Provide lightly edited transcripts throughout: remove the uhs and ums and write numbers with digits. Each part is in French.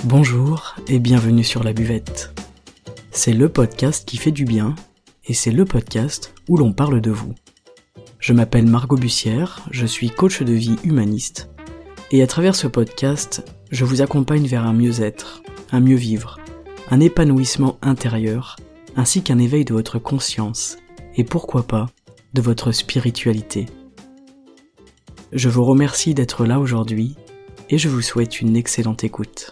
Bonjour et bienvenue sur La Buvette. C'est le podcast qui fait du bien et c'est le podcast où l'on parle de vous. Je m'appelle Margot Bussière, je suis coach de vie humaniste et à travers ce podcast, je vous accompagne vers un mieux-être, un mieux vivre, un épanouissement intérieur ainsi qu'un éveil de votre conscience et pourquoi pas de votre spiritualité. Je vous remercie d'être là aujourd'hui et je vous souhaite une excellente écoute.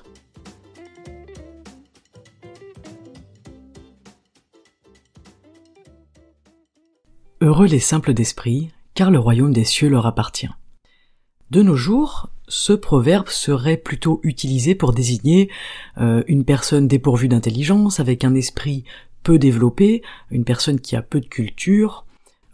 Heureux les simples d'esprit, car le royaume des cieux leur appartient. De nos jours, ce proverbe serait plutôt utilisé pour désigner une personne dépourvue d'intelligence, avec un esprit peu développé, une personne qui a peu de culture,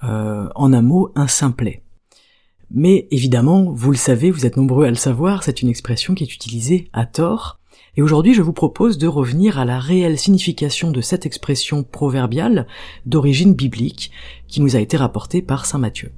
en un mot, un simplet. Mais évidemment, vous le savez, vous êtes nombreux à le savoir, c'est une expression qui est utilisée à tort, et aujourd'hui je vous propose de revenir à la réelle signification de cette expression proverbiale d'origine biblique qui nous a été rapportée par saint Matthieu.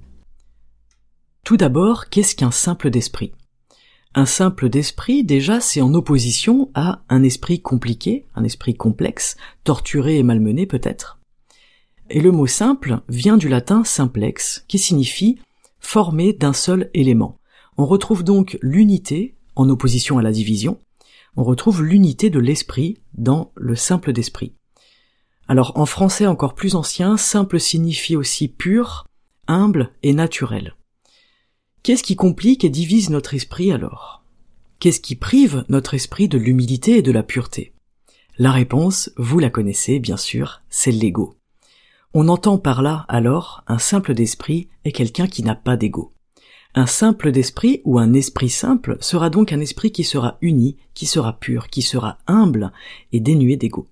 Tout d'abord, qu'est-ce qu'un simple d'esprit ? Un simple d'esprit, déjà, c'est en opposition à un esprit compliqué, un esprit complexe, torturé et malmené peut-être. Et le mot simple vient du latin simplex, qui signifie formé d'un seul élément. On retrouve donc l'unité en opposition à la division. On retrouve l'unité de l'esprit dans le simple d'esprit. Alors en français encore plus ancien, simple signifie aussi pur, humble et naturel. Qu'est-ce qui complique et divise notre esprit alors ? Qu'est-ce qui prive notre esprit de l'humilité et de la pureté ? La réponse, vous la connaissez bien sûr, c'est l'ego. On entend par là alors un simple d'esprit est quelqu'un qui n'a pas d'ego. Un simple d'esprit ou un esprit simple sera donc un esprit qui sera uni, qui sera pur, qui sera humble et dénué d'ego.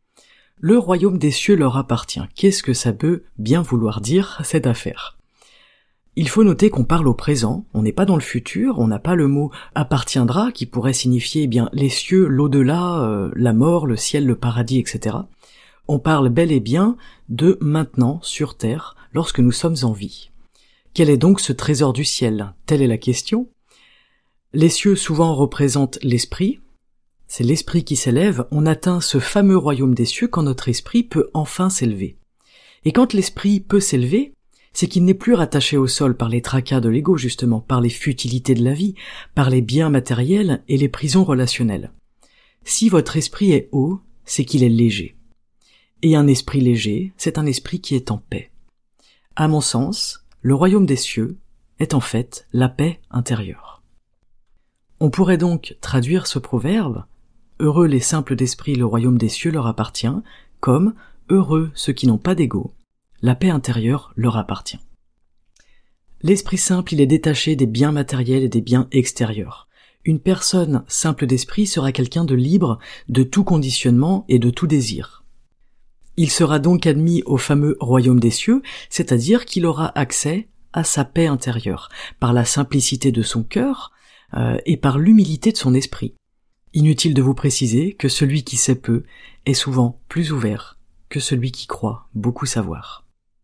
Le royaume des cieux leur appartient. Qu'est-ce que ça peut bien vouloir dire cette affaire ? Il faut noter qu'on parle au présent, on n'est pas dans le futur, on n'a pas le mot appartiendra qui pourrait signifier les cieux, l'au-delà, la mort, le ciel, le paradis, etc. On parle bel et bien de maintenant sur terre lorsque nous sommes en vie. Quel est donc ce trésor du ciel ? Telle est la question. Les cieux souvent représentent l'esprit. C'est l'esprit qui s'élève. On atteint ce fameux royaume des cieux quand notre esprit peut enfin s'élever. Et quand l'esprit peut s'élever, c'est qu'il n'est plus rattaché au sol par les tracas de l'ego justement, par les futilités de la vie, par les biens matériels et les prisons relationnelles. Si votre esprit est haut, c'est qu'il est léger. Et un esprit léger, c'est un esprit qui est en paix. À mon sens, le royaume des cieux est en fait la paix intérieure. On pourrait donc traduire ce proverbe « Heureux les simples d'esprit, le royaume des cieux leur appartient » comme « Heureux ceux qui n'ont pas d'ego, la paix intérieure leur appartient ». L'esprit simple, il est détaché des biens matériels et des biens extérieurs. Une personne simple d'esprit sera quelqu'un de libre de tout conditionnement et de tout désir. Il sera donc admis au fameux royaume des cieux, c'est-à-dire qu'il aura accès à sa paix intérieure, par la simplicité de son cœur et par l'humilité de son esprit. Inutile de vous préciser que celui qui sait peu est souvent plus ouvert que celui qui croit beaucoup savoir.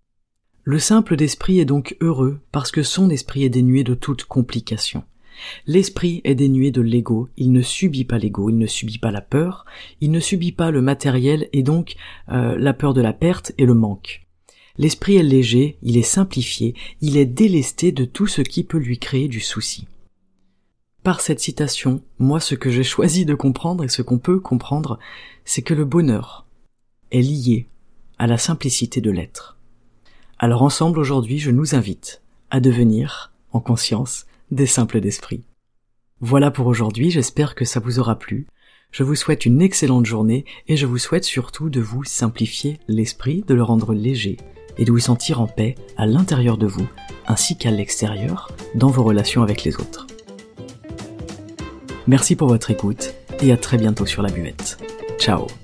Le simple d'esprit est donc heureux parce que son esprit est dénué de toute complication. L'esprit est dénué de l'ego, il ne subit pas l'ego, il ne subit pas la peur, il ne subit pas le matériel et donc la peur de la perte et le manque. L'esprit est léger, il est simplifié, il est délesté de tout ce qui peut lui créer du souci. Par cette citation, moi ce que j'ai choisi de comprendre et ce qu'on peut comprendre, c'est que le bonheur est lié à la simplicité de l'être. Alors ensemble aujourd'hui, je nous invite à devenir, en conscience, des simples d'esprit. Voilà pour aujourd'hui, j'espère que ça vous aura plu. Je vous souhaite une excellente journée et je vous souhaite surtout de vous simplifier l'esprit, de le rendre léger et de vous sentir en paix à l'intérieur de vous ainsi qu'à l'extérieur dans vos relations avec les autres. Merci pour votre écoute et à très bientôt sur La Buvette. Ciao.